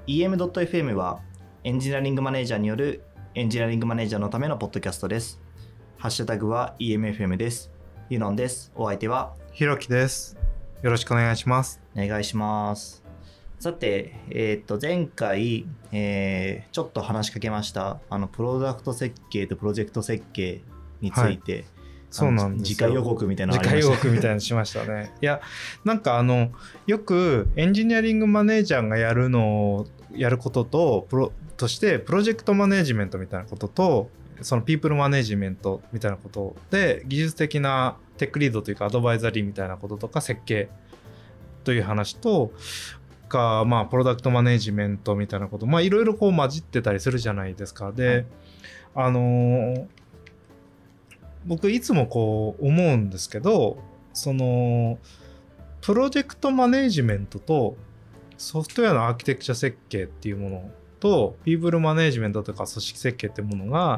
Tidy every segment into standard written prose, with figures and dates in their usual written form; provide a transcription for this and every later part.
EM.FM はエンジニアリングマネージャーによるエンジニアリングマネージャーのためのポッドキャストです。ハッシュタグは EMFM です。ユノンです。お相手はひろきです。よろしくお願いします。 お願いします。さて、前回、ちょっと話しかけましたプロダクト設計とプロジェクト設計について、 そうなんですよ。 次回予告みたいなのありました。 次回予告みたいなのしましたね。いや、なんかよくエンジニアリングマネージャーがやることとしてプロジェクトマネージメントみたいなことと、そのピープルマネージメントみたいなことで技術的なテックリードというかアドバイザリーみたいなこととか設計という話とプロダクトマネージメントみたいなこと、いろいろこう混じってたりするじゃないですか。で、僕いつもこう思うんですけど、そのプロジェクトマネージメントとソフトウェアのアーキテクチャ設計っていうものとピープルマネージメントとか組織設計っていうものが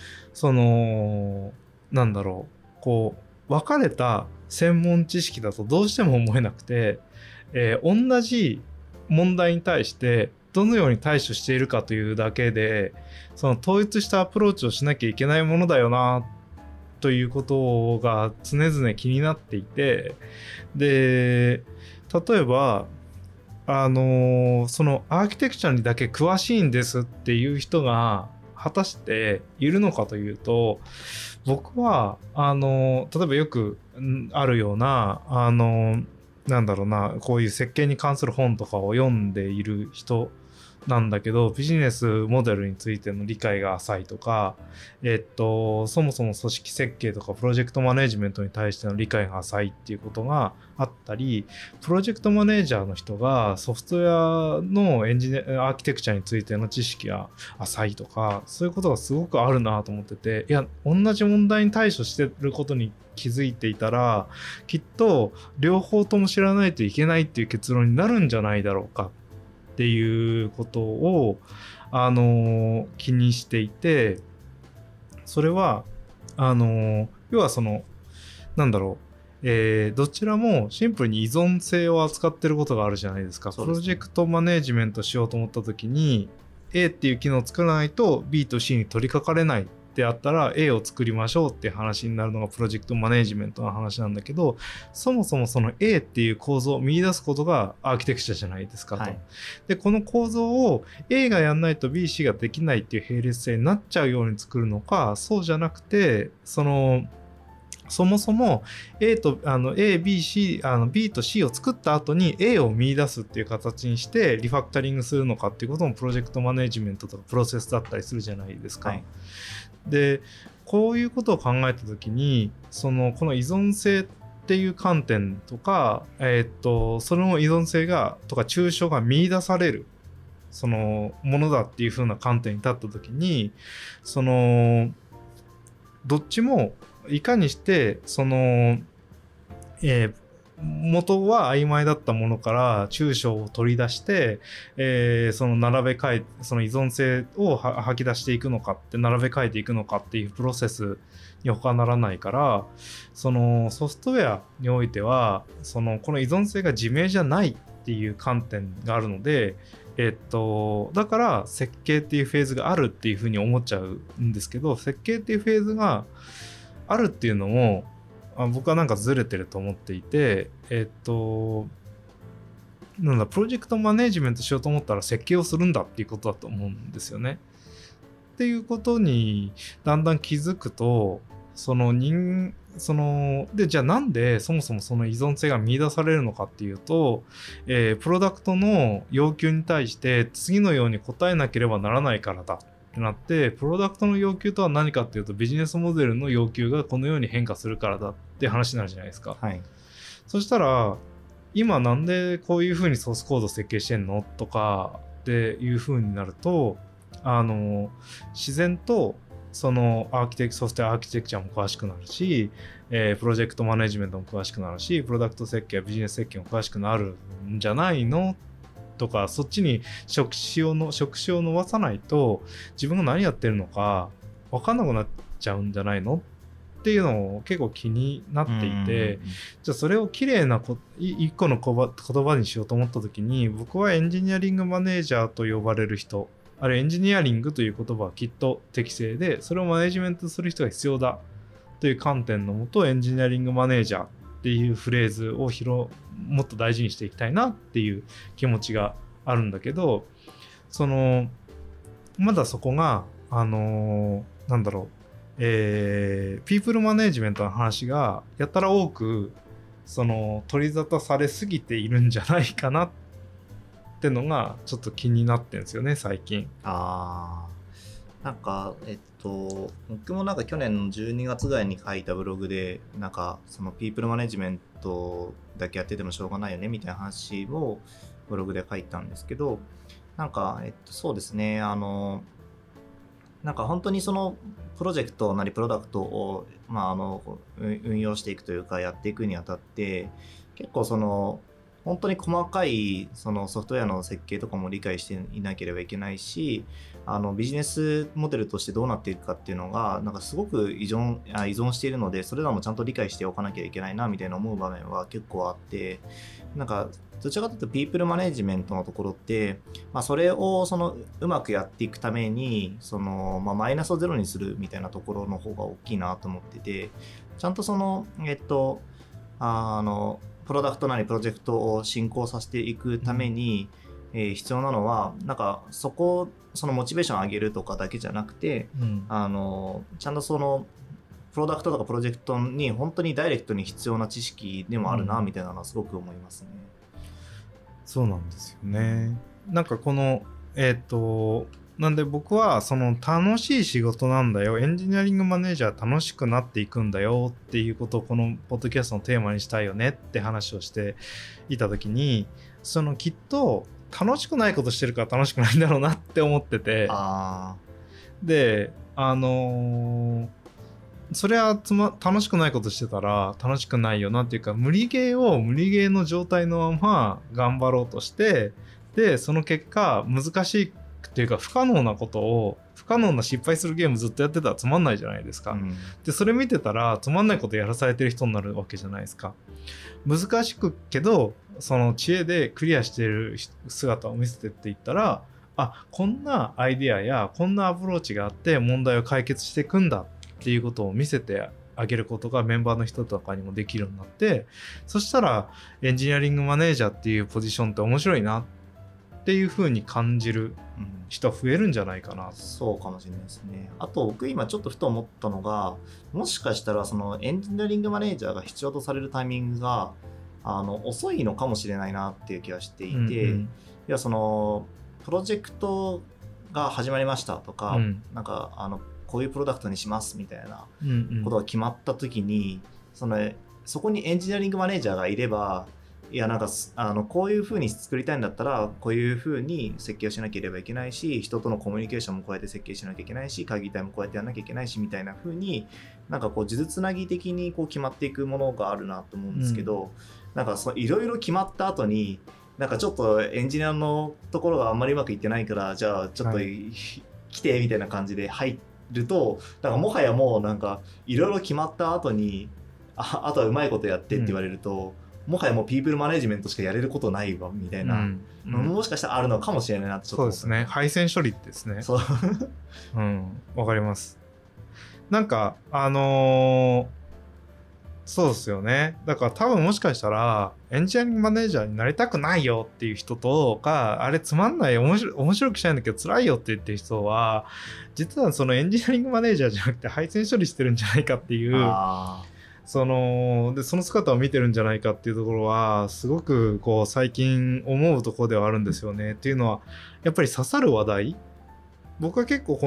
こう分かれた専門知識だとどうしても思えなくて、同じ問題に対してどのように対処しているかというだけでその統一したアプローチをしなきゃいけないものだよなということが常々気になっていて、で例えばそのアーキテクチャにだけ詳しいんですっていう人が果たしているのかというと、僕は例えばよくあるようなこういう設計に関する本とかを読んでいる人なんだけど、ビジネスモデルについての理解が浅いとか、そもそも組織設計とかプロジェクトマネジメントに対しての理解が浅いっていうことがあったり、プロジェクトマネージャーの人がソフトウェアのアーキテクチャについての知識が浅いとか、そういうことがすごくあるなと思ってて、いや、同じ問題に対処してることに気づいていたら、きっと両方とも知らないといけないっていう結論になるんじゃないだろうかっていうことを気にしていて、それは要はどちらもシンプルに依存性を扱ってることがあるじゃないですか。プロジェクトマネージメントしようと思った時に A っていう機能を作らないと B と C に取り掛かれないってあったら A を作りましょうっていう話になるのがプロジェクトマネージメントの話なんだけど、そもそもその A っていう構造を見出すことがアーキテクチャじゃないですかと、でこの構造を A がやんないと B、C ができないっていう並列性になっちゃうように作るのか、そうじゃなくてそもそも B と C を作った後に A を見出すっていう形にしてリファクタリングするのかっていうこともプロジェクトマネージメントとかプロセスだったりするじゃないですか。でこういうことを考えた時にこの依存性っていう観点とか、その依存性がとか抽象が見出されるそのものだっていう風な観点に立った時に、どっちもいかにして元は曖昧だったものから抽象を取り出して、その並べ替えその依存性を吐き出していくのかって並べ替えていくのかっていうプロセスに他ならないから、ソフトウェアにおいてはこの依存性が自明じゃないっていう観点があるので、だから設計っていうフェーズがあるっていうふうに思っちゃうんですけど、設計っていうフェーズがあるっていうのも僕はなんかずれてると思っていて、プロジェクトマネージメントしようと思ったら設計をするんだっていうことだと思うんですよね。っていうことにだんだん気づくと、でじゃあなんでそもそもその依存性が見出されるのかっていうと、プロダクトの要求に対して次のように答えなければならないからだってなって、プロダクトの要求とは何かっていうとビジネスモデルの要求がこのように変化するからだって話になるじゃないですか。そしたら今なんでこういう風にソースコード設計してんのとかっていう風になると、自然とそのソフトウェアアーキテクチャも詳しくなるし、プロジェクトマネジメントも詳しくなるし、プロダクト設計やビジネス設計も詳しくなるんじゃないのとか、そっちに触手を伸ばさないと自分が何やってるのか分かんなくなっちゃうんじゃないのっっていうのを結構気になっていて、じゃあそれをきれいな一個の言葉にしようと思った時に、僕はエンジニアリングマネージャーと呼ばれる人、あれエンジニアリングという言葉はきっと適正で、それをマネジメントする人が必要だという観点のもと、エンジニアリングマネージャーっていうフレーズをもっと大事にしていきたいなっていう気持ちがあるんだけど、まだそこがなんだろう、ピープルマネージメントの話がやたら多く取り沙汰されすぎているんじゃないかなってのがちょっと気になってるんですよね、最近。 なんか僕もなんか去年の12月ぐらいに書いたブログで、なんかそのピープルマネジメントだけやっててもしょうがないよねみたいな話をブログで書いたんですけど、なんかそうですね、なんか本当にそのプロジェクトなりプロダクトを、運用していくというかやっていくにあたって、結構本当に細かいそのソフトウェアの設計とかも理解していなければいけないし、ビジネスモデルとしてどうなっていくかっていうのがなんかすごく依存しているので、それらもちゃんと理解しておかなきゃいけないなみたいな思う場面は結構あって、なんかどちらかというとピープルマネジメントのところって、それをうまくやっていくためにマイナスをゼロにするみたいなところの方が大きいなと思ってて、ちゃんとプロダクトなりプロジェクトを進行させていくために、必要なのはなんかそのモチベーションを上げるとかだけじゃなくて、ちゃんとプロダクトとかプロジェクトに本当にダイレクトに必要な知識でもあるなみたいなのはすごく思いますね。 そうなんですよね。なんかなんで僕は楽しい仕事なんだよ、エンジニアリングマネージャー楽しくなっていくんだよっていうことをこのポッドキャストのテーマにしたいよねって話をしていた時に、きっと楽しくないことしてるから楽しくないんだろうなって思ってて、でそれは楽しくないことしてたら楽しくないよなっていうか、無理ゲーの状態のまま頑張ろうとして、でその結果難しいっていうか不可能な失敗するゲームずっとやってたらつまんないじゃないですか、でそれ見てたらつまんないことやらされてる人になるわけじゃないですか。難しくけど知恵でクリアしてる姿を見せてっていったら、こんなアイデアやこんなアプローチがあって問題を解決していくんだっていうことを見せてあげることがメンバーの人とかにもできるようになって、そしたらエンジニアリングマネージャーっていうポジションって面白いなっていう風に感じる人増えるんじゃないかな、 そうかもしれないですね。あと僕今ちょっとふと思ったのが、もしかしたらエンジニアリングマネージャーが必要とされるタイミングが遅いのかもしれないなっていう気がしていて、いやプロジェクトが始まりましたとか、なんかこういうプロダクトにしますみたいなことが決まった時に、そこにエンジニアリングマネージャーがいれば、いやなんかこういう風に作りたいんだったらこういう風に設計をしなければいけないし、人とのコミュニケーションもこうやって設計しなきゃいけないし、会議体もこうやってやらなきゃいけないしみたいな風に、なんか数珠つなぎ的に決まっていくものがあるなと思うんですけど、なんかいろいろ決まった後になんかちょっとエンジニアのところがあんまりうまくいってないから、じゃあちょっと、来てみたいな感じで入ると、なんかもはやもうなんかいろいろ決まった後にあとはうまいことやってって言われると、もはやもうピープルマネジメントしかやれることないわみたいな、もしかしたらあるのかもしれないなってちょっと思って。 そうですね、配線処理ですね。 そうわかります。なんかそうですよね。だから多分もしかしたらエンジニアリングマネージャーになりたくないよっていう人とか、あれつまんない面白くしたいんだけど辛いよって言ってる人は、実はエンジニアリングマネージャーじゃなくて配線処理してるんじゃないかっていう、その姿を見てるんじゃないかっていうところはすごく最近思うところではあるんですよね。っていうのはやっぱり刺さる話題、僕は結構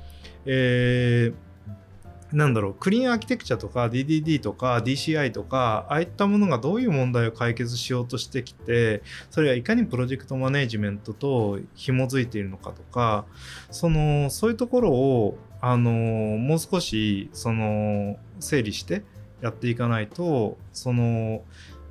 クリーンアーキテクチャとか DDD とか DCI とか、ああいったものがどういう問題を解決しようとしてきて、それがいかにプロジェクトマネジメントと紐づいているのかとか、そういうところをもう少し整理してやっていかないと、ア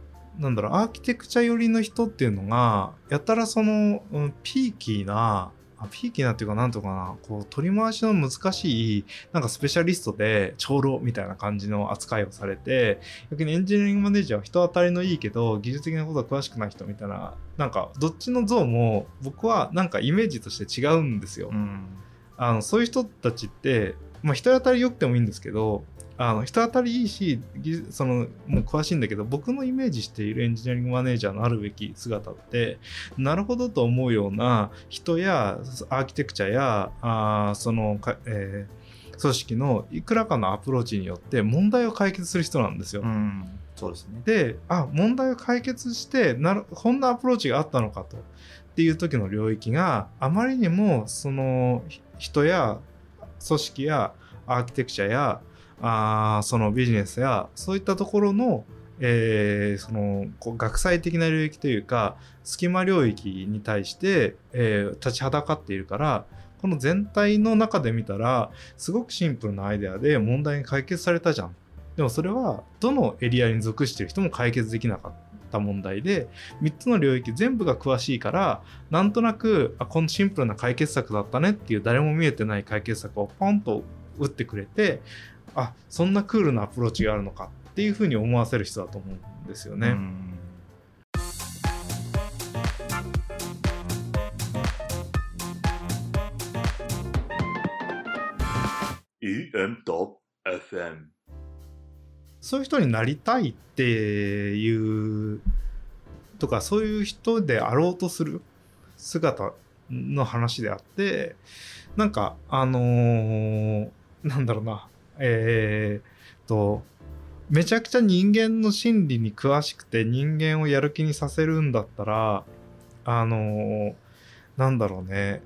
ーキテクチャ寄りの人っていうのがやたらピーキーなピーキーなっていうかなんとかな、こう取り回しの難しいなんかスペシャリストで長老みたいな感じの扱いをされて、逆にエンジニアリングマネージャーは人当たりのいいけど技術的なことは詳しくない人みたいな、なんかどっちの像も僕はなんかイメージとして違うんですよ。そういう人たちって、人当たり良くてもいいんですけど、人当たりいいしもう詳しいんだけど、僕のイメージしているエンジニアリングマネージャーのあるべき姿って、なるほどと思うような人やアーキテクチャや組織のいくらかのアプローチによって問題を解決する人なんですよ。 そうですね。 で、問題を解決してこんなアプローチがあったのかとっていう時の領域があまりにもその人や組織やアーキテクチャやそのビジネスやそういったところの、学際的な領域というか隙間領域に対して、立ちはだかっているから、この全体の中で見たらすごくシンプルなアイデアで問題が解決されたじゃん。でもそれはどのエリアに属している人も解決できなかった問題で、3つの領域全部が詳しいから、なんとなくこのシンプルな解決策だったねっていう誰も見えてない解決策をポンと打ってくれて、そんなクールなアプローチがあるのかっていうふうに思わせる人だと思うんですよね。 EM.FM そういう人になりたいっていうとか、そういう人であろうとする姿の話であって、なんかなんだろうな、めちゃくちゃ人間の心理に詳しくて人間をやる気にさせるんだったら、なんだろうね、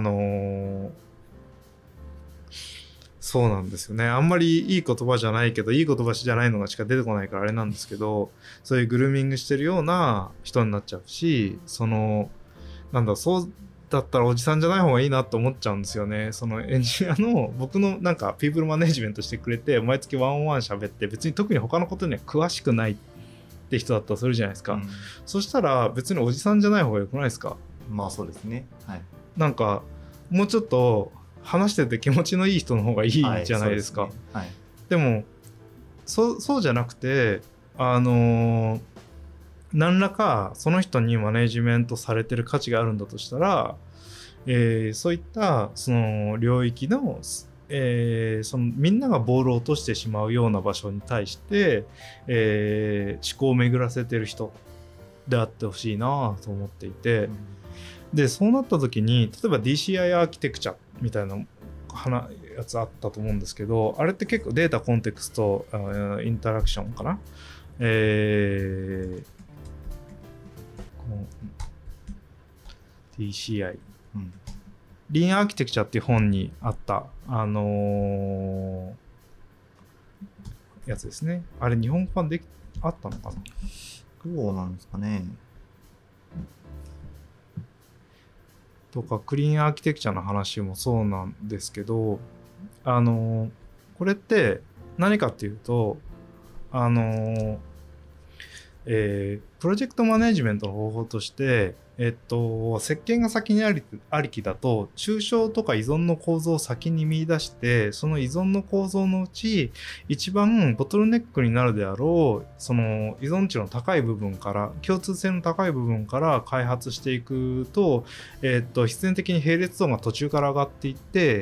そうなんですよね。あんまりいい言葉じゃないけど、いい言葉じゃないのがしか出てこないからあれなんですけど、そういうグルーミングしてるような人になっちゃうし、そうだったらおじさんじゃない方がいいなと思っちゃうんですよね。そのエンジニアの僕のなんかピープルマネジメントしてくれて、毎月ワンオンワン喋って、別に特に他のことには詳しくないって人だったらするじゃないですか。そしたら別におじさんじゃない方がよくないですか。 そうですね。はい。 なんかもうちょっと話してて気持ちのいい人の方がいいじゃないですか。でもそうじゃなくて、何らかその人にマネジメントされてる価値があるんだとしたら、そういったその領域の、そのみんながボールを落としてしまうような場所に対して、思考を巡らせてる人であってほしいなと思っていて、でそうなった時に、例えば DCI アーキテクチャみたいなやつあったと思うんですけど、あれって結構データコンテクストインタラクションかな、DCI、リーンアーキテクチャっていう本にあった、やつですね。あれ日本語版であったのかな。 どうなんですかね。 とかクリーンアーキテクチャの話もそうなんですけど、これって何かっていうと、プロジェクトマネジメントの方法として、設計が先にありきだと、抽象とか依存の構造を先に見出して、その依存の構造のうち一番ボトルネックになるであろう、その依存値の高い部分から、共通性の高い部分から開発していくと、必然的に並列度が途中から上がっていって、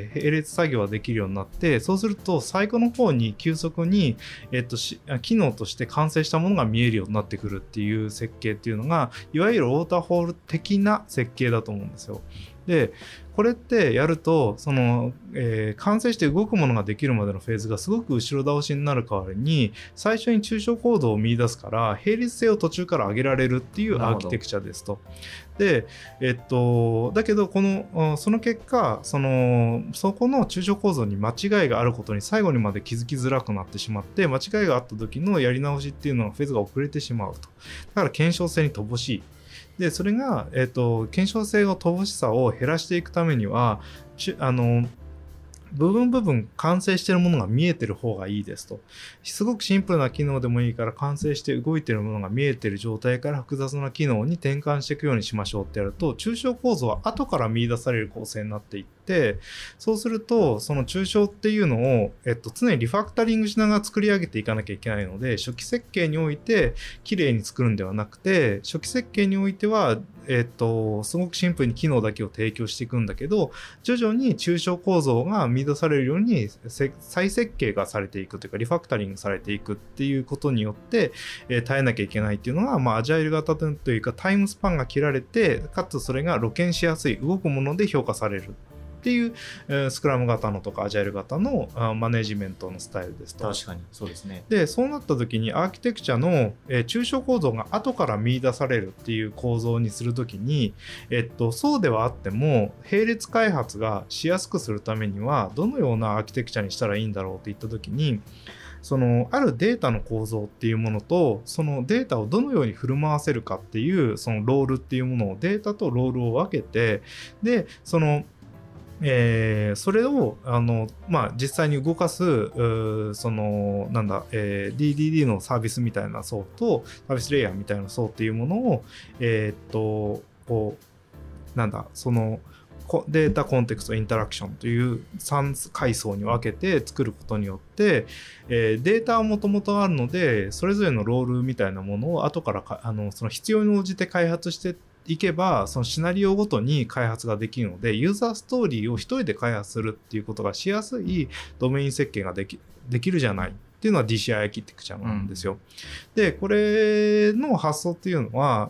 並列作業ができるようになって、そうすると最後の方に急速に、機能として完成したものが見えるようになってくるっていう設計っていうのが、いわゆるウォーターホール的な設計だと思うんですよ。でこれってやると完成して動くものができるまでのフェーズがすごく後ろ倒しになる代わりに、最初に抽象コードを見出すから並列性を途中から上げられるっていうアーキテクチャですと。でだけどその結果そこの抽象構造に間違いがあることに最後にまで気づきづらくなってしまって、間違いがあった時のやり直しっていうのがフェーズが遅れてしまうと。だから検証性に乏しい。でそれが、検証性の乏しさを減らしていくためには部分完成しているものが見えてる方がいいですと。すごくシンプルな機能でもいいから完成して動いているものが見えている状態から複雑な機能に転換していくようにしましょうってやると、抽象構造は後から見出される構成になっていって、そうするとその抽象っていうのを、常にリファクタリングしながら作り上げていかなきゃいけないので、初期設計において綺麗に作るんではなくて、初期設計においてはすごくシンプルに機能だけを提供していくんだけど、徐々に抽象構造が見出されるように再設計がされていくというか、リファクタリングされていくっていうことによって、耐えなきゃいけないっていうのが、アジャイル型というかタイムスパンが切られて、かつそれが露見しやすい動くもので評価されるっていう、スクラム型のとかアジャイル型のマネジメントのスタイルですと。 確かにそうですね。 でそうなった時にアーキテクチャの、抽象構造が後から見出されるっていう構造にする時に、そうではあっても並列開発がしやすくするためにはどのようなアーキテクチャにしたらいいんだろうっていった時に、そのあるデータの構造っていうものと、そのデータをどのように振る舞わせるかっていうそのロールっていうものを、データとロールを分けて、でそれを実際に動かすDDD のサービスみたいな層とサービスレイヤーみたいな層っていうものをデータコンテクストインタラクションという3階層に分けて作ることによって、データはもともとあるので、それぞれのロールみたいなものを後からその必要に応じて開発していけば、そのシナリオごとに開発ができるので、ユーザーストーリーを一人で開発するっていうことがしやすいドメイン設計ができるじゃないっていうのは DCI アーキテクチャなんですよ。でこれの発想っていうのは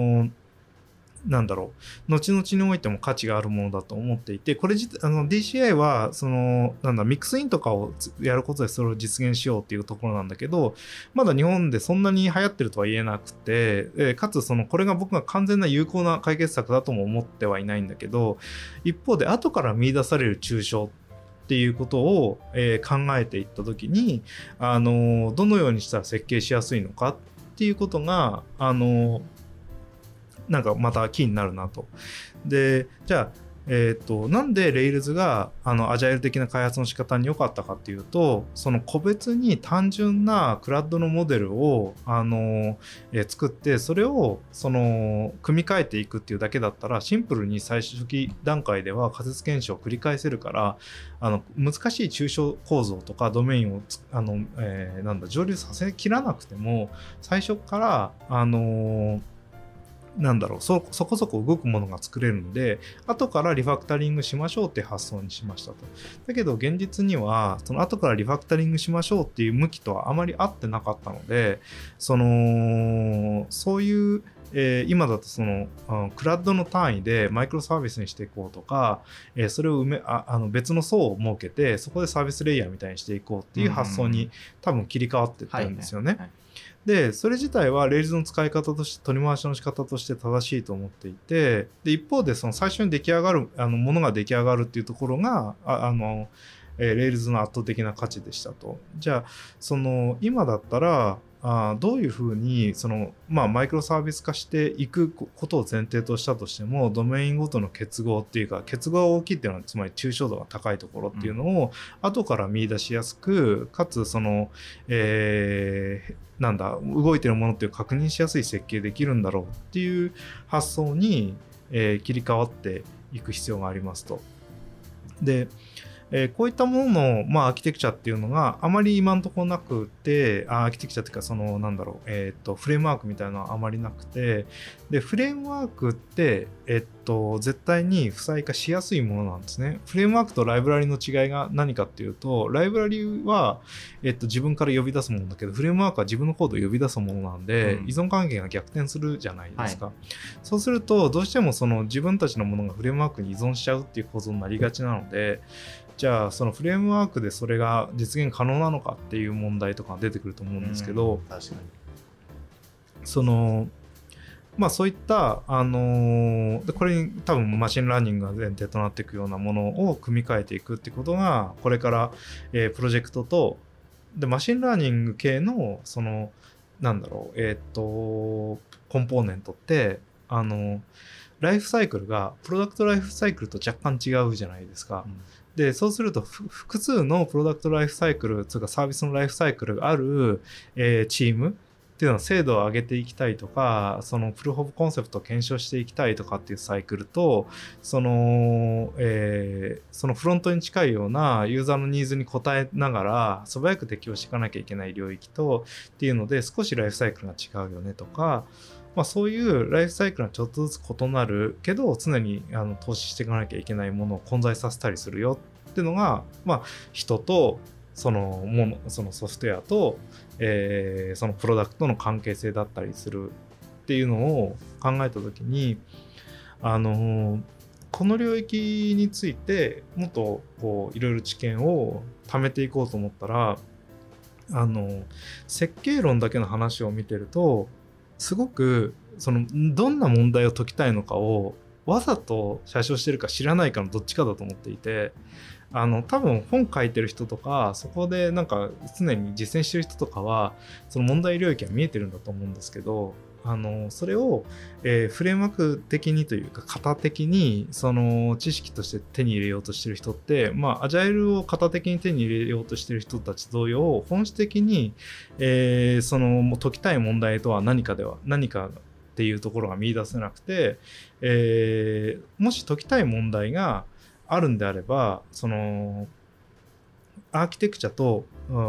後々においても価値があるものだと思っていて、これDCI はミックスインとかをやることでそれを実現しようっていうところなんだけど、まだ日本でそんなに流行ってるとは言えなくて、かつこれが僕が完全な有効な解決策だとも思ってはいないんだけど、一方で後から見出される抽象っていうことを、考えていった時にどのようにしたら設計しやすいのかっていうことがまたキーになるなと。でじゃあなんで Rails がアジャイル的な開発の仕方に良かったかっていうと、その個別に単純なクラッドのモデルを作って、それを組み替えていくっていうだけだったら、シンプルに最初期段階では仮説検証を繰り返せるから、難しい抽象構造とかドメインを上流させきらなくても、最初からそこそこ動くものが作れるので、後からリファクタリングしましょうっていう発想にしましたと。だけど現実にはその後からリファクタリングしましょうっていう向きとはあまり合ってなかったので、そういう、今だとクラッドの単位でマイクロサービスにしていこうとか、それを別の層を設けてそこでサービスレイヤーみたいにしていこうっていう発想に多分切り替わっていってるんですよね。でそれ自体は Rails の使い方として取り回しの仕方として正しいと思っていて、で一方で最初に出来上がるものが出来上がるっていうところがRails の圧倒的な価値でしたと。じゃあ今だったらどういうふうにマイクロサービス化していくことを前提としたとしても、ドメインごとの結合っていうか、結合が大きいっていうのはつまり抽象度が高いところっていうのを後から見出しやすく、かつ動いてるものっていう確認しやすい設計できるんだろうっていう発想に、切り替わっていく必要がありますと。でこういったものの、アーキテクチャっていうのがあまり今のところなくて、アーキテクチャっていうかフレームワークみたいなのはあまりなくて、でフレームワークって絶対に負債化しやすいものなんですね。フレームワークとライブラリの違いが何かっていうと、ライブラリは、自分から呼び出すものだけど、フレームワークは自分のコードを呼び出すものなんで、依存関係が逆転するじゃないですか。そうするとどうしても自分たちのものがフレームワークに依存しちゃうっていう構造になりがちなので、じゃあフレームワークでそれが実現可能なのかっていう問題とか出てくると思うんですけど、 確かにそういったこれに多分マシンラーニングが前提となっていくようなものを組み替えていくっていうことがこれから、プロジェクトとでマシンラーニング系のコンポーネントってライフサイクルがプロダクトライフサイクルと若干違うじゃないですか。 でそうすると複数のプロダクトライフサイクルというかサービスのライフサイクルがある、チームっていうのは精度を上げていきたいとか、そのプルーフオブコンセプトを検証していきたいとかっていうサイクルと、そのフロントに近いようなユーザーのニーズに応えながら素早く適応していかなきゃいけない領域とっていうので少しライフサイクルが違うよねとか、そういうライフサイクルがちょっとずつ異なるけど常に投資していかなきゃいけないものを混在させたりするよっていうのが、人とそのソフトウェアと、そのプロダクトの関係性だったりするっていうのを考えた時に、この領域についてもっといろいろ知見を貯めていこうと思ったら、設計論だけの話を見てるとすごくどんな問題を解きたいのかをわざと写真してるか知らないかのどっちかだと思っていて、多分本書いてる人とかそこでなんか常に実践してる人とかはその問題領域は見えてるんだと思うんですけど、それを、フレームワーク的にというか型的にその知識として手に入れようとしてる人って、アジャイルを型的に手に入れようとしてる人たち同様本質的に、その解きたい問題とは何かっていうところが見出せなくて、もし解きたい問題があるんであればそのアーキテクチャと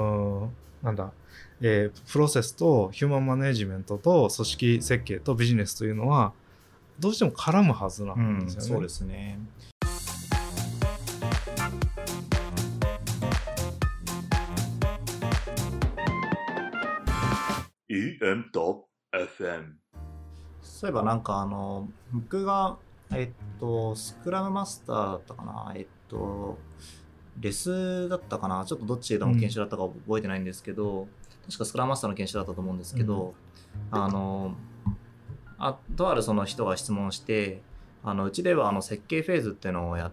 プロセスとヒューマンマネジメントと組織設計とビジネスというのはどうしても絡むはずなんですよね。 そうですね。EM.FM。そういえばなんか僕がスクラムマスターだったかな、レスだったかな、ちょっとどっちでも研修だったか覚えてないんですけど、確かスクラムマスターの研修だったと思うんですけど、とあるその人が質問して、うちでは設計フェーズっていうのをやって、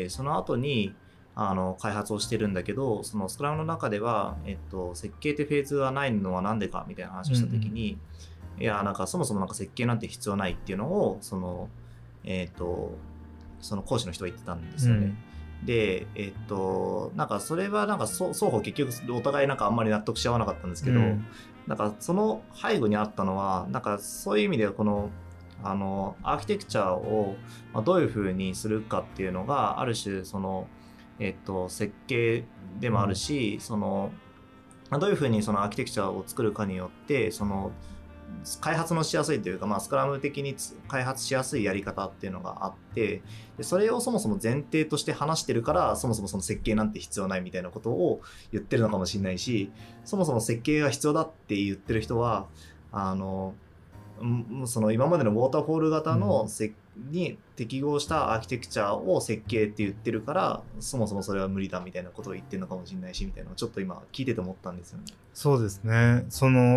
その後に開発をしてるんだけど、そのスクラムの中では、設計ってフェーズがないのはなんでかみたいな話をしたときに、いやなんかそもそもなんか設計なんて必要ないっていうのをその講師の人が言ってたんですよね。でなんかそれはなんか双方結局お互いなんかあんまり納得し合わなかったんですけど、なんかその背後にあったのはなんかそういう意味ではこのアーキテクチャをどういうふうにするかっていうのがある種その設計でもあるし、そのどういうふうにそのアーキテクチャを作るかによってその開発のしやすいというか、スクラム的に開発しやすいやり方っていうのがあって、でそれをそもそも前提として話してるからそもそもその設計なんて必要ないみたいなことを言ってるのかもしれないし、そもそも設計が必要だって言ってる人はその今までのウォーターフォール型のに適合したアーキテクチャを設計って言ってるからそもそもそれは無理だみたいなことを言ってるのかもしれないしみたいなのをちょっと今聞いてて思ったんですよね。 そうですね。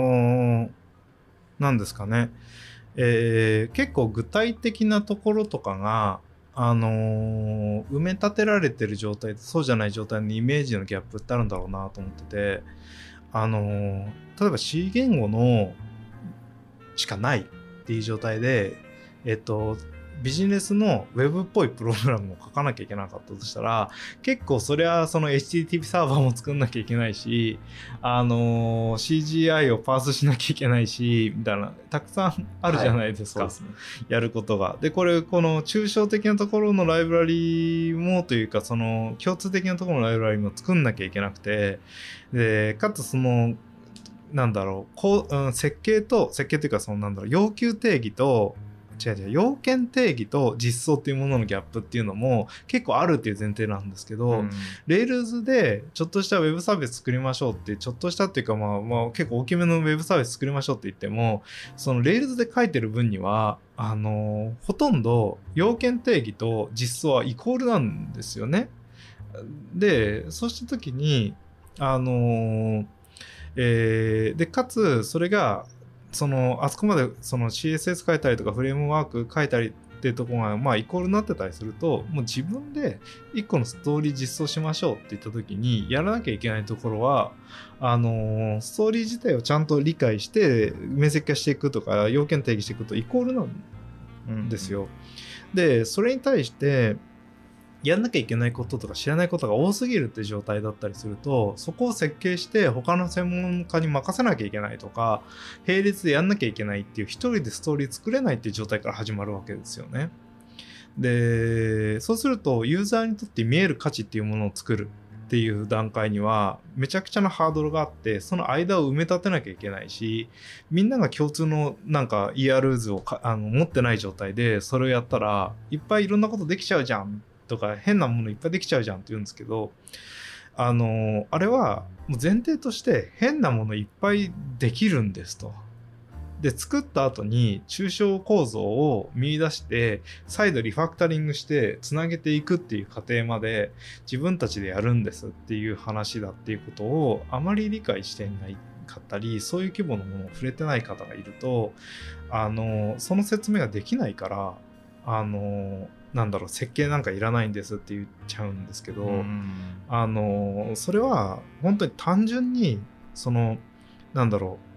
なんですかね、結構具体的なところとかが、埋め立てられてる状態とそうじゃない状態のイメージのギャップってあるんだろうなと思ってて、例えば C 言語のしかないっていう状態で、ビジネスのウェブっぽいプログラムを書かなきゃいけなかったとしたら、結構そりゃその HTTP サーバーも作んなきゃいけないし、CGI をパースしなきゃいけないしみたいなたくさんあるじゃないですか、 はい、そうですね、 やることが。でこの抽象的なところのライブラリもというかその共通的なところのライブラリも作んなきゃいけなくて、でかつそのなんだろう、設計というかそのなんだろう、要求定義と要件定義と実装っていうもののギャップっていうのも結構あるっていう前提なんですけど、Rails でちょっとしたウェブサービス作りましょうってちょっとしたっていうか結構大きめのウェブサービス作りましょうって言っても、その Rails で書いてる分にはほとんど要件定義と実装はイコールなんですよね。でそうした時にでかつそれがあそこまでその CSS 書いたりとかフレームワーク書いたりっていうところがイコールになってたりすると、もう自分で一個のストーリー実装しましょうって言った時にやらなきゃいけないところはストーリー自体をちゃんと理解して明晰化していくとか要件定義していくとイコールなんですよ。でそれに対してやんなきゃいけないこととか知らないことが多すぎるって状態だったりすると、そこを設計して他の専門家に任せなきゃいけないとか、並列でやんなきゃいけないっていう一人でストーリー作れないっていう状態から始まるわけですよね。で、そうするとユーザーにとって見える価値っていうものを作るっていう段階にはめちゃくちゃなハードルがあって、その間を埋め立てなきゃいけないし、みんなが共通のなんか ER 図を持ってない状態でそれをやったらいっぱいいろんなことできちゃうじゃんとか、変なものいっぱいできちゃうじゃんって言うんですけど、あれはもう前提として変なものいっぱいできるんですと。で、作った後に抽象構造を見出して再度リファクタリングしてつなげていくっていう過程まで自分たちでやるんですっていう話だっていうことをあまり理解していないかったり、そういう規模のものを触れてない方がいると、その説明ができないから、なんだろう、設計なんかいらないんですって言っちゃうんですけど、それは本当に単純になんだろう、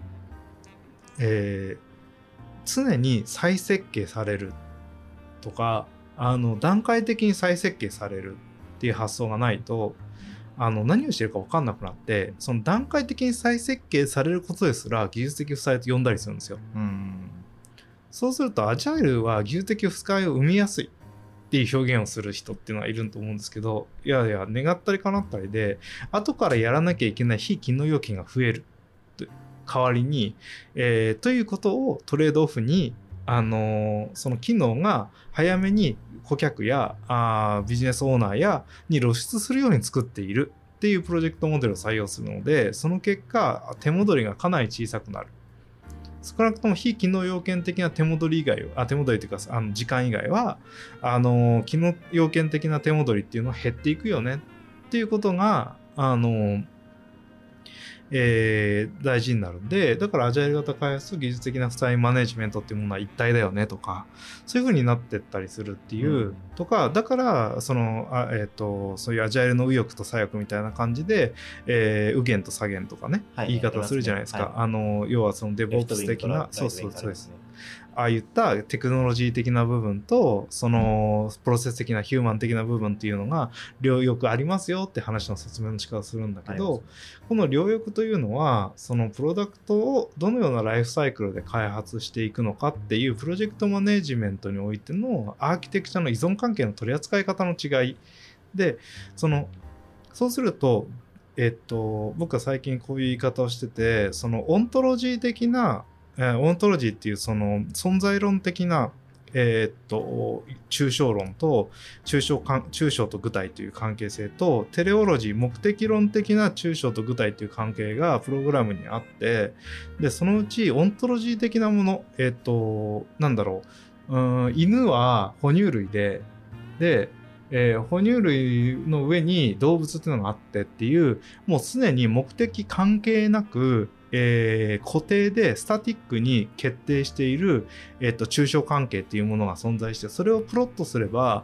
常に再設計されるとか、段階的に再設計されるっていう発想がないと、何をしてるか分かんなくなって、その段階的に再設計されることですら技術的負債と呼んだりするんですよ。そうするとアジャイルは技術的負債を生みやすいっていう表現をする人っていうのはいると思うんですけど、いやいや、願ったり叶ったりで後からやらなきゃいけない非機能要件が増える代わりに、ということをトレードオフに、その機能が早めに顧客やビジネスオーナーに露出するように作っているっていうプロジェクトモデルを採用するので、その結果手戻りがかなり小さくなる。少なくとも非機能要件的な手戻り以外は、手戻りというか時間以外は機能要件的な手戻りっていうのは減っていくよねっていうことが大事になるんで、だからアジャイル型開発と技術的な負債マネジメントっていうものは一体だよねとか、そういう風になってったりするっていう、とか、だからそういうアジャイルの右翼と左翼みたいな感じで、右舷と左舷とかね、言い方するじゃないですか。要はそのデボップス的な、そうです。ああいったテクノロジー的な部分とそのプロセス的なヒューマン的な部分っていうのが両翼ありますよって話の説明の仕方をするんだけど、この両翼というのはそのプロダクトをどのようなライフサイクルで開発していくのかっていうプロジェクトマネジメントにおいてのアーキテクチャの依存関係の取り扱い方の違いで、そうすると僕は最近こういう言い方をしてて、そのオントロジー的なオントロジーっていうその存在論的な抽象論と抽象と具体という関係性と、テレオロジー目的論的な抽象と具体という関係がプログラムにあって、でそのうちオントロジー的なもの、なんだろう、犬は哺乳類で哺乳類の上に動物っていうのがあってっていう、もう常に目的関係なく固定でスタティックに決定している、抽象関係っていうものが存在して、それをプロットすれば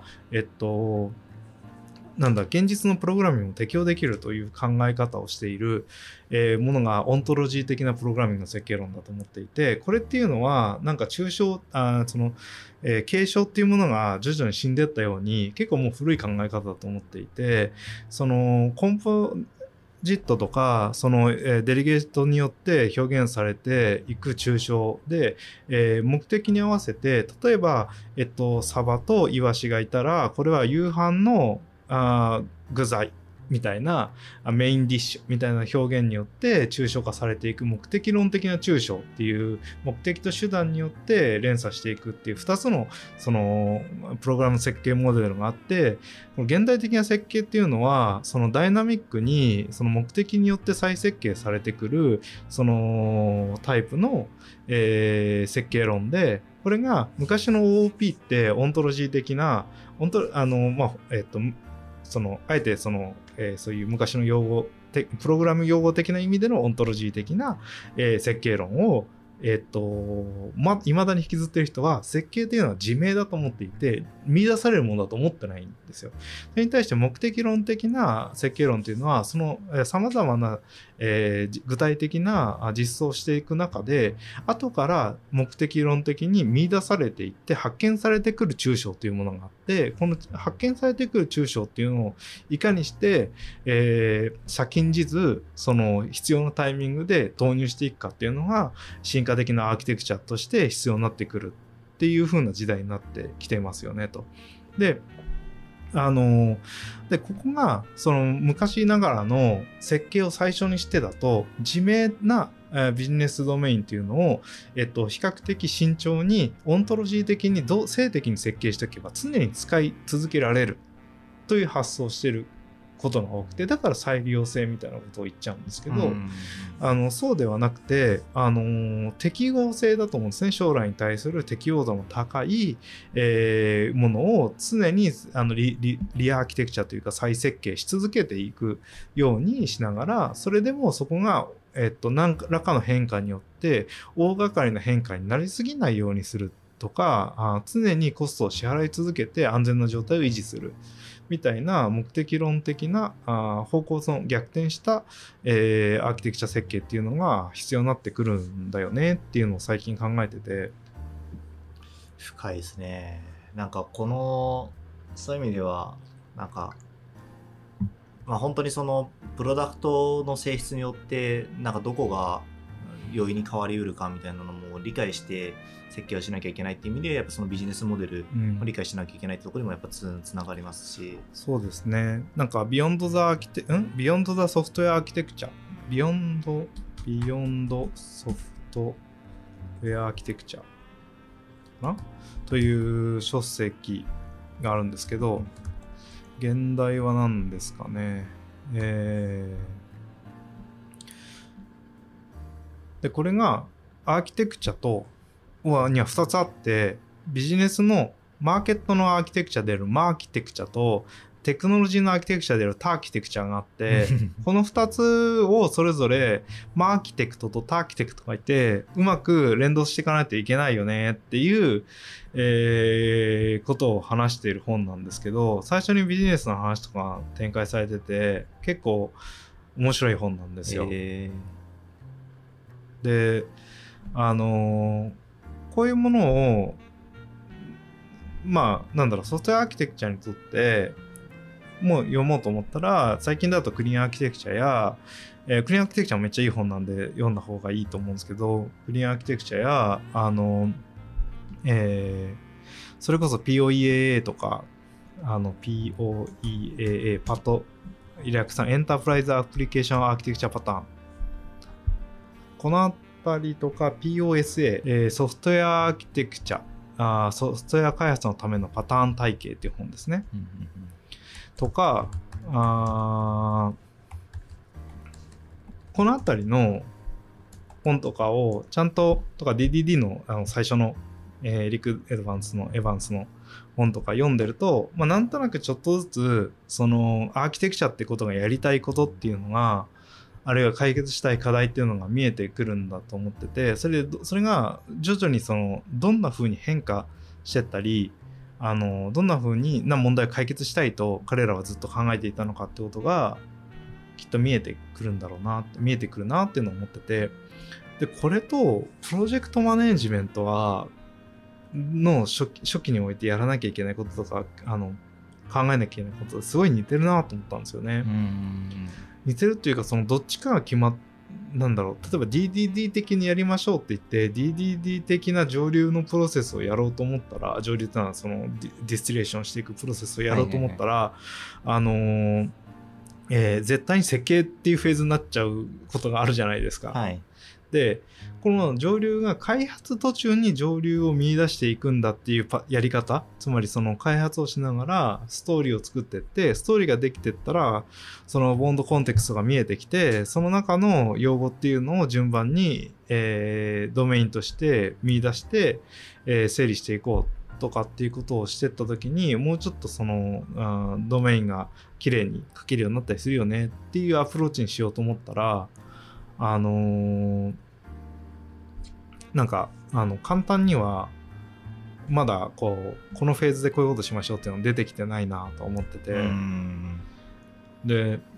現実のプログラミングも適用できるという考え方をしている、ものがオントロジー的なプログラミングの設計論だと思っていて、これっていうのはなんか抽象継承っていうものが徐々に死んでいったように結構もう古い考え方だと思っていて、そのコンポジットとかそのデリゲートによって表現されていく抽象で、目的に合わせて、例えばサバとイワシがいたら、これは夕飯の具材みたいなメインディッシュみたいな表現によって抽象化されていく、目的論的な抽象っていう目的と手段によって連鎖していくっていう2つのそのプログラム設計モデルがあって、現代的な設計っていうのはそのダイナミックにその目的によって再設計されてくるそのタイプの、設計論で、これが昔の OOP ってオントロジー的なあえてそういう昔の用語プログラム用語的な意味でのオントロジー的な、設計論を未だに引きずってる人は設計というのは自明だと思っていて見出されるものだと思ってないんですよ。それに対して目的論的な設計論というのはその様々な、具体的な実装をしていく中で後から目的論的に見出されていって発見されてくる抽象というものがあってこの発見されてくる抽象っていうのをいかにして、先んじずその必要なタイミングで投入していくかっていうのが進化的なアーキテクチャとして必要になってくるっていう風な時代になってきていますよねと。でここがその昔ながらの設計を最初にしてだと自明なビジネスドメインっていうのを、比較的慎重にオントロジー的に静的に設計しておけば常に使い続けられるという発想をしていることが多くてだから再利用性みたいなことを言っちゃうんですけど、そうではなくて、適合性だと思うんですね。将来に対する適応度の高い、ものを常にリアーキテクチャというか再設計し続けていくようにしながらそれでもそこが何らかの変化によって大掛かりな変化になりすぎないようにするとか常にコストを支払い続けて安全な状態を維持するみたいな目的論的な方向の逆転した、アーキテクチャ設計っていうのが必要になってくるんだよねっていうのを最近考えてて。 深いですね。なんかそういう意味ではなんか本当にそのプロダクトの性質によってなんかどこが容易に変わりうるかみたいなのも理解して設計をしなきゃいけないっていう意味でやっぱそのビジネスモデルを理解しなきゃいけないってところにもやっぱつながりますし、 そうですね。なんかビヨンドザソフトウェアアーキテクチャビヨンドソフトウェアアーキテクチャという書籍があるんですけど現代は何ですかね。でこれがアーキテクチャには2つあってビジネスのマーケットのアーキテクチャであるマーキテクチャとテクノロジーのアーキテクチャであるターキテクチャがあってこの2つをそれぞれマーキテクトとターキテクトがいてうまく連動していかないといけないよねっていう、ことを話している本なんですけど最初にビジネスの話とか展開されてて結構面白い本なんですよ。でこういうものをソフトウェアアーキテクチャにとってもう読もうと思ったら最近だとクリーンアーキテクチャや、クリーンアーキテクチャもめっちゃいい本なんで読んだ方がいいと思うんですけどクリーンアーキテクチャやそれこそ POEAA とかPOEAA パト略さんエンタープライズアプリケーションアーキテクチャパターンこのあたりとか POSA、ソフトウェアアーキテクチャソフトウェア開発のためのパターン体系っていう本ですね、とかこのあたりの本とかをちゃんととか DDD の最初の、リク・エヴァンスの本とか読んでると、なんとなくちょっとずつそのアーキテクチャってことがやりたいことっていうのがあるいは解決したい課題っていうのが見えてくるんだと思っててそれが徐々にどんな風に変化してったりどんな風な問題を解決したいと彼らはずっと考えていたのかってことがきっと見えてくるなっていうのを思っててでこれとプロジェクトマネージメントの初期においてやらなきゃいけないこととか考えなきゃいけないことすごい似てるなと思ったんですよね。似てるっていうかどっちかが例えば DDD 的にやりましょうって言って DDD 的な上流のプロセスをやろうと思ったら上流ってのはディスティレーションしていくプロセスをやろうと思ったら、絶対に設計っていうフェーズになっちゃうことがあるじゃないですか。でこの上流が開発途中に上流を見出していくんだっていうやり方つまり開発をしながらストーリーを作ってってストーリーができてったらボンドコンテクストが見えてきてその中の用語っていうのを順番に、ドメインとして見出して、整理していこうとかっていうことをしてった時にもうちょっとドメインが綺麗に書けるようになったりするよねっていうアプローチにしようと思ったらなんか簡単にはまだこのフェーズでこういうことしましょうっていうの出てきてないなと思ってて、で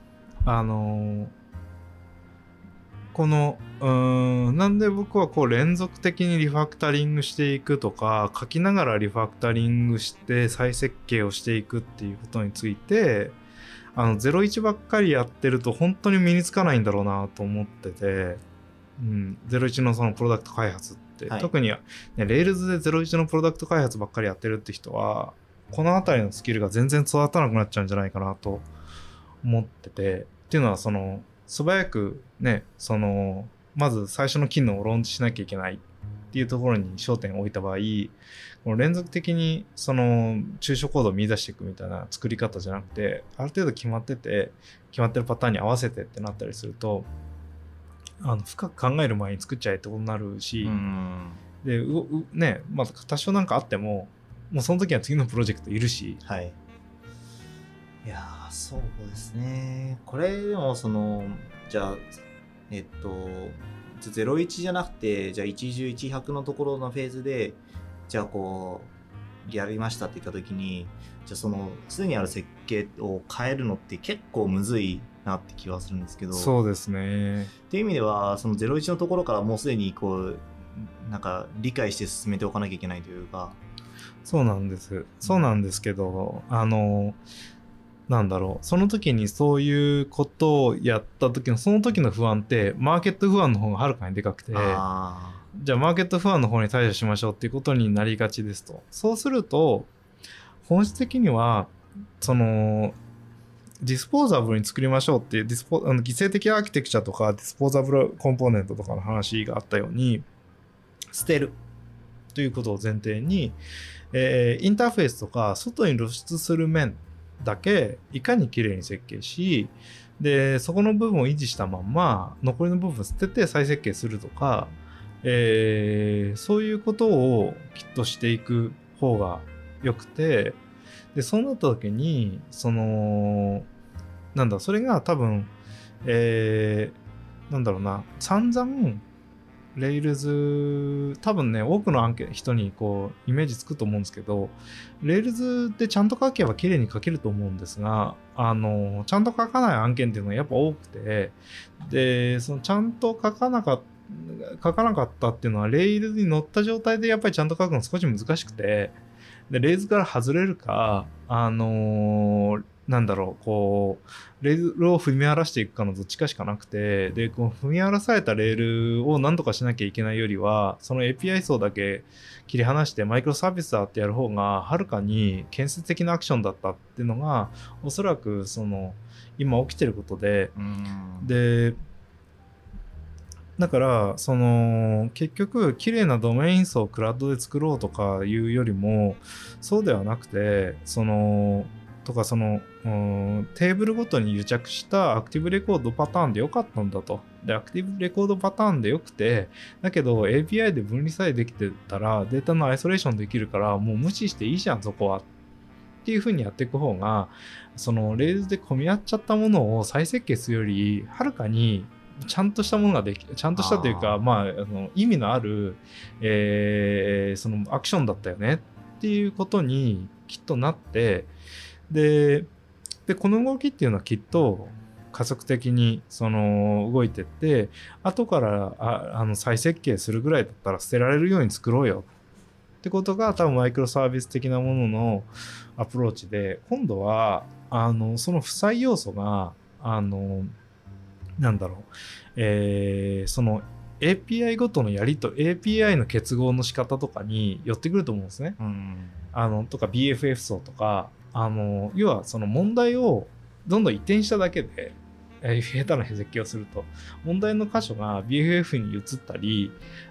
このなんで僕はこう連続的にリファクタリングしていくとか書きながらリファクタリングして再設計をしていくっていうことについて01ばっかりやってると本当に身につかないんだろうなと思ってて、01のそのプロダクト開発って、はい、特に、ね、Rails で01のプロダクト開発ばっかりやってるって人はこのあたりのスキルが全然育たなくなっちゃうんじゃないかなと思ってて、っていうのは素早くねまず最初の機能をローンチしなきゃいけないっていうところに焦点を置いた場合、この連続的に抽象コードを見出していくみたいな作り方じゃなくて、ある程度決まってるパターンに合わせてってなったりすると深く考える前に作っちゃえってことになるし、でね、まあ多少なんかあってももうその時は次のプロジェクトいるし、 はい、いやそうですね。これでもじゃあ01じゃなくてじゃあ110、100のところのフェーズでじゃあこうやりましたって言った時に、じゃあすでにある設計を変えるのって結構むずいなって気はするんですけど。 そうですね。 っていう意味では01のところからもうすでにこうなんか理解して進めておかなきゃいけないというか。 そうなんですけどなんだろう、その時にそういうことをやった時のその時の不安ってマーケット不安の方がはるかにでかくて、じゃあマーケット不安の方に対処しましょうっていうことになりがちですと。そうすると本質的にはディスポーザブルに作りましょうっていう犠牲的アーキテクチャとかディスポーザブルコンポーネントとかの話があったように、捨てるということを前提に、インターフェースとか外に露出する面だけいかにきれいに設計し、でそこの部分を維持したまんま残りの部分捨てて再設計するとか、そういうことをきっとしていく方がよくて、でそうなった時にそれが多分散々Rails、多分ね多くの人にこうイメージつくと思うんですけど、Rails でちゃんと書けば綺麗に書けると思うんですが、ちゃんと書かない案件っていうのがやっぱ多くて、でちゃんと書かなかったっていうのは Rails に乗った状態でやっぱりちゃんと書くの少し難しくて、でRailsから外れるかレールを踏み荒らしていくかのどっちかしかなくて、でこう踏み荒らされたレールを何とかしなきゃいけないよりは、その API 層だけ切り離してマイクロサービスだってやる方がはるかに建設的なアクションだったっていうのがおそらく今起きてることで、でだから結局綺麗なドメイン層をクラウドで作ろうとかいうよりもそうではなくて、テーブルごとに癒着したアクティブレコードパターンでよかったんだと。でアクティブレコードパターンでよくて、だけど API で分離さえできてたらデータのアイソレーションできるからもう無視していいじゃんそこはっていう風にやっていく方が、Rails で混み合っちゃったものを再設計するよりはるかにちゃんとしたものがちゃんとしたというか、意味のある、そのアクションだったよねっていうことにきっとなって、でこの動きっていうのはきっと加速的に動いてって、後から再設計するぐらいだったら捨てられるように作ろうよってことが多分マイクロサービス的なもののアプローチで、今度はその不採要素がAPI ごとのAPI の結合の仕方とかに寄ってくると思うんですね。とか BFF 層とか要は問題をどんどん移転しただけで下手な設計をすると問題の箇所が BFF に移ったり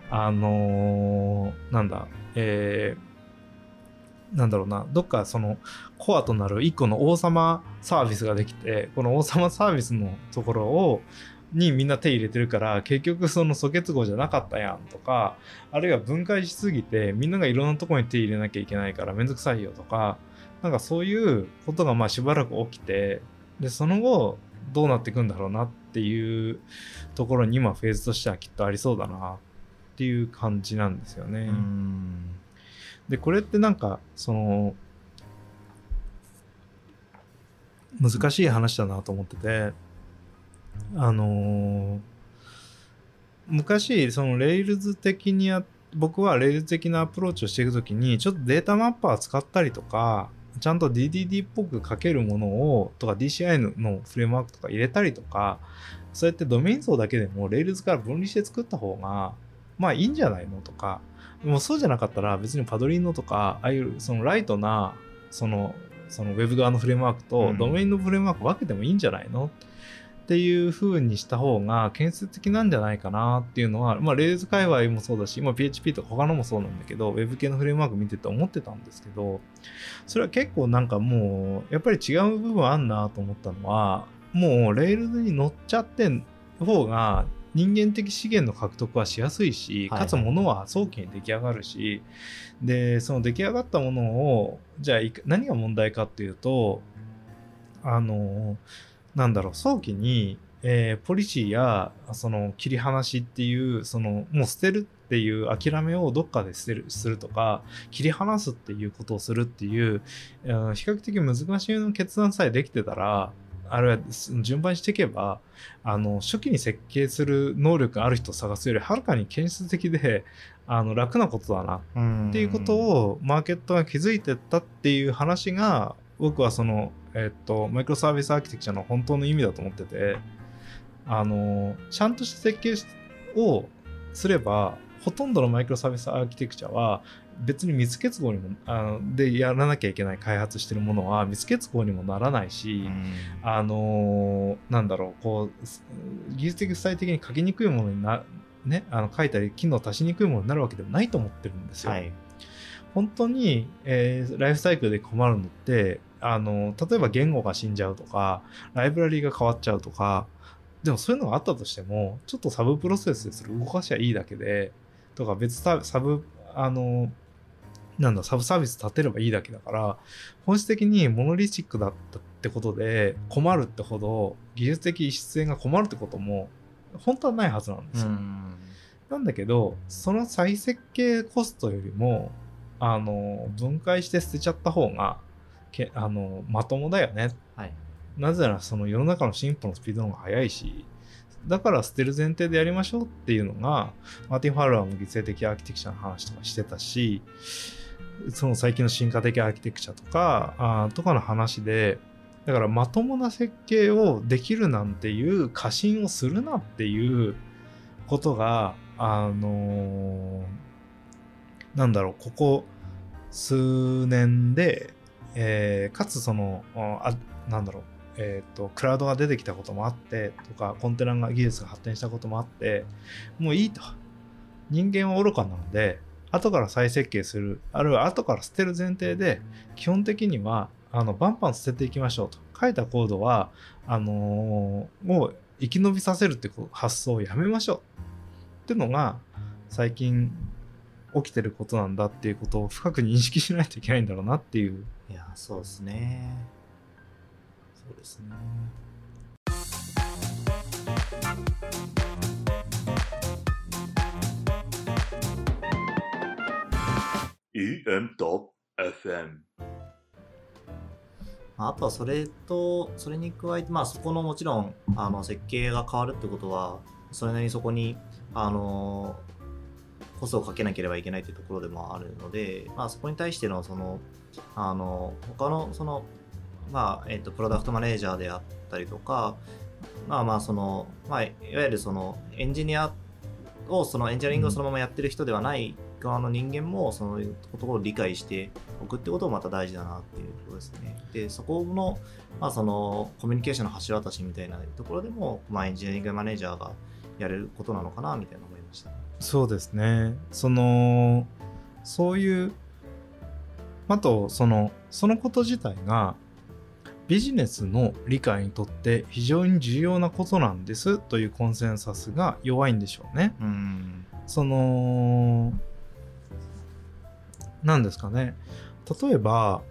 どっかコアとなる1個の王様サービスができて、この王様サービスのところにみんな手入れてるから結局素結合じゃなかったやんとか、あるいは分解しすぎてみんながいろんなところに手入れなきゃいけないからめんどくさいよとか、そういうことがしばらく起きて、でその後どうなっていくんだろうなっていうところに今フェーズとしてはきっとありそうだなってっていう感じなんですよね。 うん。 でこれってなんかその難しい話だなと思ってて、昔そのレイルズ的に僕はレイルズ的なアプローチをしていくときにちょっとデータマッパー使ったりとかちゃんと DDD っぽく書けるものをとか DCI のフレームワークとか入れたりとか、そうやってドメイン層だけでもレイルズから分離して作った方がまあいいんじゃないのとか、もうそうじゃなかったら別にパドリーノとかああいうそのライトなそのウェブ側のフレームワークとドメインのフレームワーク分けてもいいんじゃないの、っていう風にした方が建設的なんじゃないかなっていうのは、まあ、レールズ界隈もそうだし、まあ、PHP とか他のもそうなんだけど、Web 系のフレームワーク見てて思ってたんですけど、それは結構なんかもう、やっぱり違う部分あんなと思ったのは、もうレールズに乗っちゃってん方が、人間的資源の獲得はしやすいし、かつ物は早期に出来上がるし、で、その出来上がったものを、じゃあ何が問題かっていうと、なんだろう、早期に、ポリシーやその切り離しっていうそのもう捨てるっていう諦めをどっかでするとか切り離すっていうことをするっていう比較的難しいの決断さえできてたら、あるいは順番にしていけば初期に設計する能力がある人を探すよりはるかに建設的で楽なことだなっていうことをマーケットが気づいてったっていう話が僕はそのマイクロサービスアーキテクチャの本当の意味だと思ってて、ちゃんとした設計をすればほとんどのマイクロサービスアーキテクチャは別に密結合にもでやらなきゃいけない開発してるものは密結合にもならないし、なんだろう、こう技術的負債的に書きにくいものに書いたり機能足しにくいものになるわけでもないと思ってるんですよ。はい、本当に、ライフサイクルで困るのって例えば言語が死んじゃうとかライブラリが変わっちゃうとか、でもそういうのがあったとしてもちょっとサブプロセスでする動かしゃいいだけでとか別サブサブサービス立てればいいだけだから、本質的にモノリスティックだったってことで困るってほど技術的異質性が困るってことも本当はないはずなんですよ。なんだけどその再設計コストよりも分解して捨てちゃった方がまともだよね、はい、なぜならその世の中の進歩のスピードの方が速いし、だから捨てる前提でやりましょうっていうのがマーティン・ファウラーも犠牲的アーキテクチャの話とかしてたし、その最近の進化的アーキテクチャとかの話で、だからまともな設計をできるなんていう過信をするなっていうことがなんだろう、ここ数年でかつそのなんだろう、クラウドが出てきたこともあってとかコンテナ技術が発展したこともあって、もういいと、人間は愚かなので後から再設計する、あるいは後から捨てる前提で基本的にはバンバン捨てていきましょうと、書いたコードはもう生き延びさせるって発想をやめましょうってのが最近起きてることなんだっていうことを深く認識しないといけないんだろうなっていう。 いや、そうですね。そうですね。EM.FM。あとはそれに加えて、そこのもちろん設計が変わるってことはそれなりにそこにコストをかけなければいけないというところでもあるので、そこに対しての他のプロダクトマネージャーであったりとか、いわゆるエンジニアをエンジニアリングをそのままやってる人ではない側の人間もそういうところを理解しておくってこともまた大事だなっていうところですね。で、そこのコミュニケーションの橋渡しみたいなところでもエンジニアリングマネージャーがやれることなのかなみたいな思いました。 そうですね。そういうあとそのこと自体がビジネスの理解にとって非常に重要なことなんですというコンセンサスが弱いんでしょうね。なんですかね。例えば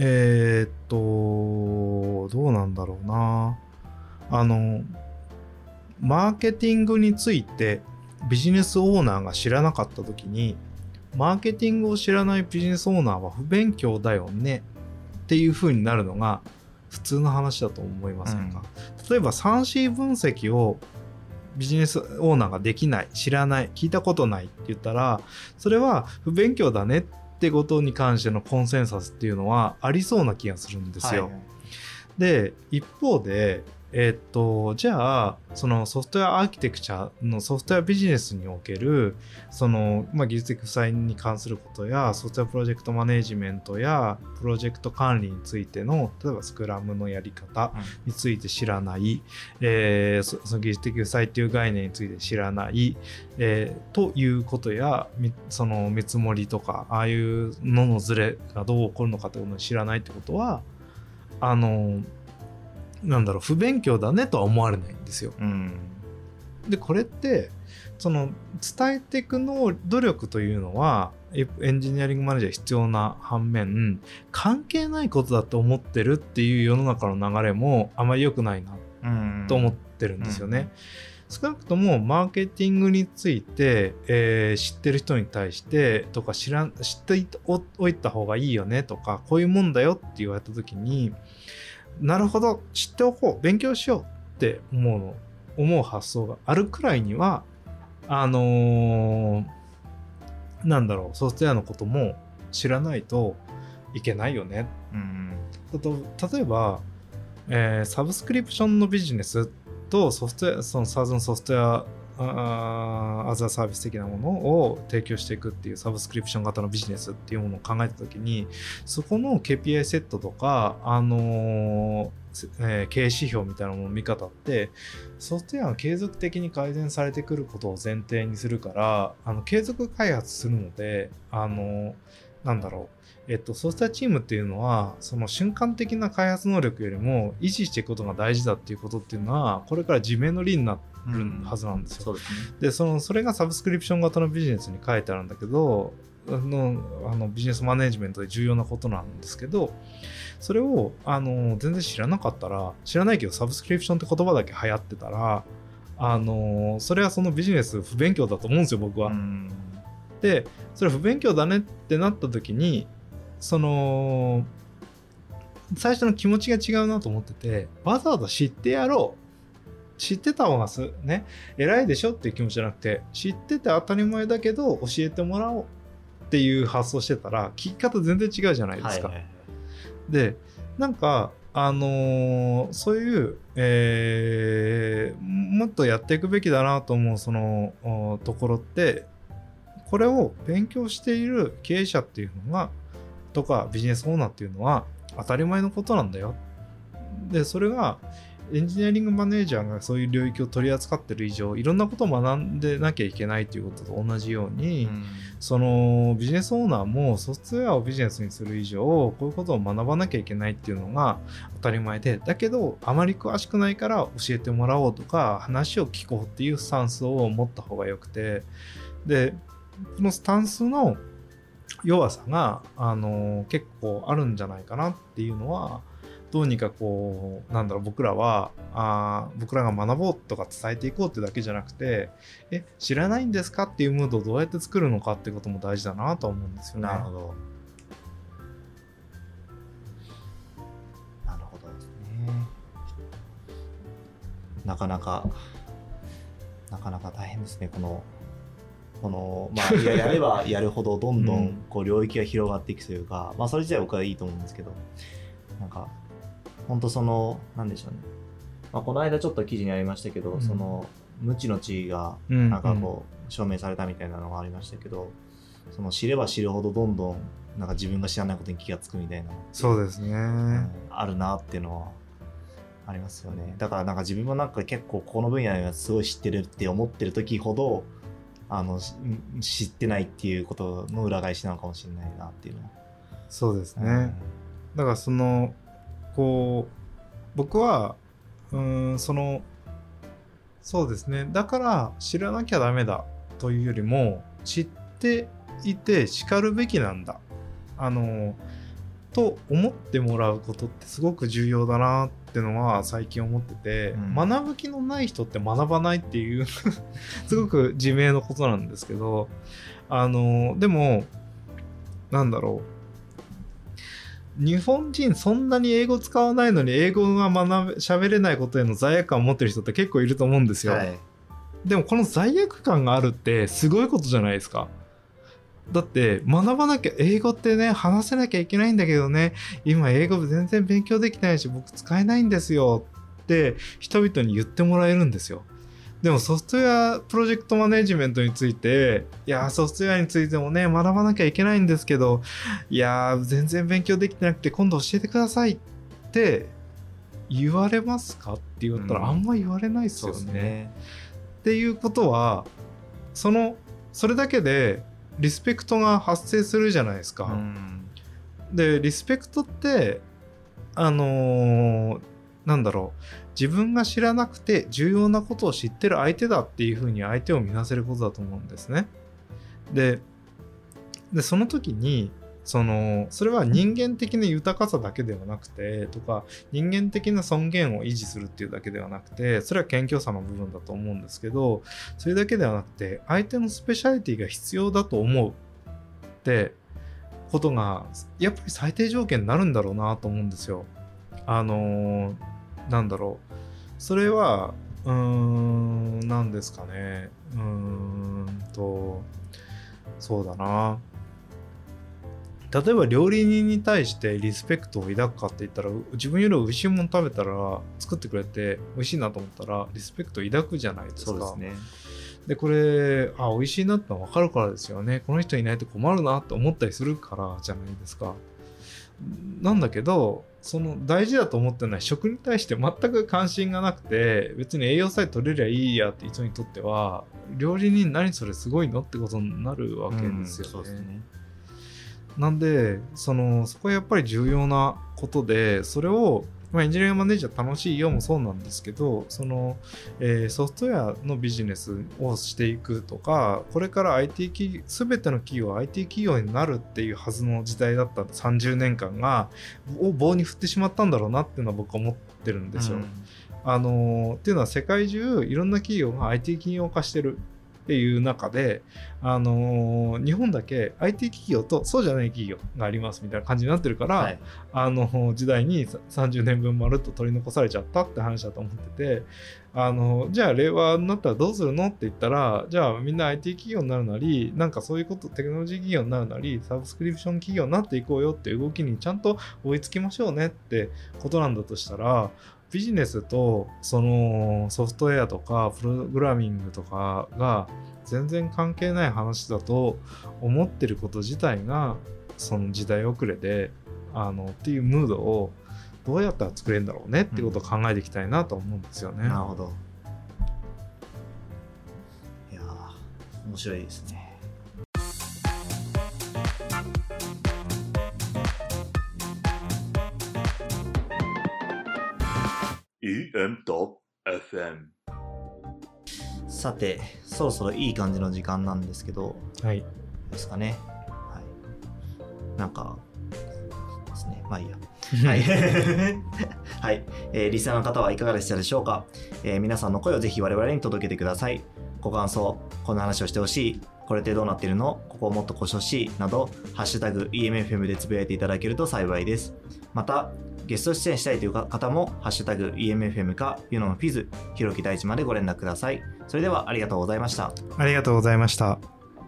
どうなんだろうな。マーケティングについてビジネスオーナーが知らなかった時に、マーケティングを知らないビジネスオーナーは不勉強だよねっていう風になるのが普通の話だと思いませんか？例えば 3C 分析をビジネスオーナーができない、知らない、聞いたことないって言ったら、それは不勉強だねってことに関してのコンセンサスっていうのはありそうな気がするんですよ。で、一方でじゃあそのソフトウェアアーキテクチャのソフトウェアビジネスにおけるその、技術的負債に関することやソフトウェアプロジェクトマネジメントやプロジェクト管理についての例えばスクラムのやり方について知らない、その技術的負債っていう概念について知らない、ということやその見積もりとかああいうののズレがどう起こるのかってことを知らないってことは不勉強だねとは思われないんですよ。でこれってその伝えていくの努力というのはエンジニアリングマネージャー必要な反面、関係ないことだと思ってるっていう世の中の流れもあまり良くないなと思ってるんですよね。少なくともマーケティングについて、知ってる人に対してとか知っておいた方がいいよねとか、こういうもんだよって言われた時に、なるほど、知っておこう、勉強しようって思う発想があるくらいにはソフトウェアのことも知らないといけないよね。例えば、サブスクリプションのビジネスとソフトウェア、そのサーズンソフトウェアアザーサービス的なものを提供していくっていうサブスクリプション型のビジネスっていうものを考えたときに、そこの KPI セットとか、経営指標みたいなものの見方ってソフトウェアが継続的に改善されてくることを前提にするから、継続開発するのでソフトウェアチームっていうのはその瞬間的な開発能力よりも維持していくことが大事だっていうことっていうのはこれから自明の理になるはずなんですよ。 そうですね。 でそれがサブスクリプション型のビジネスに書いてあるんだけど、ビジネスマネジメントで重要なことなんですけど、それを全然知らなかったら、知らないけどサブスクリプションって言葉だけ流行ってたらそれはそのビジネス不勉強だと思うんですよ、僕は。でそれ不勉強だねってなった時に最初の気持ちが違うなと思ってて、わざわざ知ってやろう、知ってた方がね偉いでしょっていう気持ちじゃなくて、知ってて当たり前だけど教えてもらおうっていう発想してたら聞き方全然違うじゃないですか。でそういう、もっとやっていくべきだなと思うそのところって、これを勉強している経営者っていうのがとかビジネスオーナーっていうのは当たり前のことなんだよ。でそれがエンジニアリングマネージャーがそういう領域を取り扱ってる以上、いろんなことを学んでなきゃいけないということと同じように、そのビジネスオーナーもソフトウェアをビジネスにする以上こういうことを学ばなきゃいけないっていうのが当たり前で、だけどあまり詳しくないから教えてもらおうとか話を聞こうっていうスタンスを持った方がよくて、でこのスタンスの弱さが結構あるんじゃないかなっていうのは、どうにか僕らが学ぼうとか伝えていこうってだけじゃなくて、知らないんですかっていうムードをどうやって作るのかってことも大事だなと思うんですよね。 なるほどですね。なかなか大変ですね。やればやるほどどんどん領域が広がっていくというか、それ自体僕はいいと思うんですけど、本当なんでしょうね。この間ちょっと記事にありましたけど、その無知の知が証明されたみたいなのがありましたけど、その知れば知るほどどんどん自分が知らないことに気がつくみたいな。 そうですね。 あるなっていうのはありますよね。だから自分も結構この分野がすごい知ってるって思ってる時ほど知ってないっていうことの裏返しなのかもしれないなっていうのは。 そうですね。だから僕はそうですね。だから知らなきゃダメだというよりも、知っていて叱るべきなんだと思ってもらうことってすごく重要だなっってのは最近思ってて、 うん学ぶ気のない人って学ばないっていうすごく自明のことなんですけど、でもなんだろう、日本人そんなに英語使わないのに英語が喋れないことへの罪悪感を持ってる人って結構いると思うんですよ、 はい、 でもこの罪悪感があるってすごいことじゃないですか。だって学ばなきゃ、英語ってね話せなきゃいけないんだけどね、今英語全然勉強できないし僕使えないんですよって人々に言ってもらえるんですよ。でもソフトウェアプロジェクトマネジメントについて、いやソフトウェアについてもね学ばなきゃいけないんですけど、いや全然勉強できてなくて今度教えてくださいって言われますかって言ったらあんま言われないですよね。 そうですね。 っていうことはそれだけでリスペクトが発生するじゃないですか、 うん、 でリスペクトってなんだろう、自分が知らなくて重要なことを知ってる相手だっていうふうに相手を見なせることだと思うんですね。でその時にそれは人間的な豊かさだけではなくてとか人間的な尊厳を維持するっていうだけではなくて、それは謙虚さの部分だと思うんですけど、それだけではなくて相手のスペシャリティが必要だと思うってことがやっぱり最低条件になるんだろうなと思うんですよ。なんだろう、それはなんですかね、そうだな、例えば料理人に対してリスペクトを抱くかって言ったら、自分より美味しいもの食べたら作ってくれて美味しいなと思ったらリスペクトを抱くじゃないですか。 そうですね。 でこれ美味しいなってのは分かるからですよね。この人いないと困るなって思ったりするからじゃないですか。なんだけどその大事だと思ってない食に対して全く関心がなくて、別に栄養さえ取れりゃいいやって人にとっては料理人何それすごいのってことになるわけですよね。 そうですね。 なんでそこはやっぱり重要なことで、それを、エンジニアリングマネージャー楽しいよもそうなんですけど、ソフトウェアのビジネスをしていくとか、これから IT 企業、全ての企業は IT 企業になるっていうはずの時代だった30年間が棒に振ってしまったんだろうなっていうのは僕は思ってるんですよ。っていうのは世界中いろんな企業が IT 企業化してるっていう中で、日本だけ IT 企業とそうじゃない企業がありますみたいな感じになってるから、はい、時代に30年分まるっと取り残されちゃったって話だと思ってて、じゃあ令和になったらどうするのって言ったら、じゃあみんな IT 企業になるなり、なんかそういうことテクノロジー企業になるなり、サブスクリプション企業になっていこうよっていう動きにちゃんと追いつきましょうねってことなんだとしたら、ビジネスとそのソフトウェアとかプログラミングとかが全然関係ない話だと思ってること自体がその時代遅れでっていうムードをどうやったら作れるんだろうねってことを考えていきたいなと思うんですよね。 なるほど。いや面白いですね。EM.FM。 さてそろそろいい感じの時間なんですけど、 はいですかね。はい。なんかですね。まあいいや。はい、はい、リスナーの方はいかがでしたでしょうか。皆さんの声をぜひ我々に届けてください。ご感想、こんな話をしてほしい、これってどうなってるの、ここをもっとこうしてほしいなど、ハッシュタグ EMFM でつぶやいていただけると幸いです。またゲスト出演したいという方もハッシュタグ EMFM かユノのフィズひろき大地までご連絡ください。それではありがとうございました。 ありがとうございました。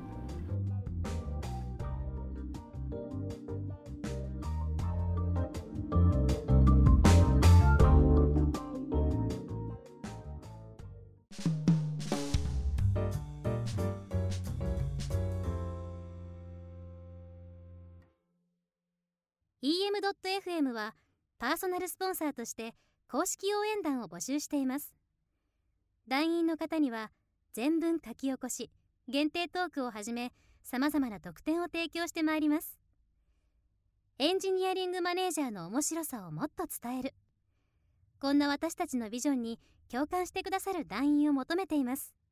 EM.FM はパーソナルスポンサーとして公式応援団を募集しています。団員の方には全文書き起こし、限定トークをはじめさまざまな特典を提供してまいります。エンジニアリングマネージャーの面白さをもっと伝える、こんな私たちのビジョンに共感してくださる団員を求めています。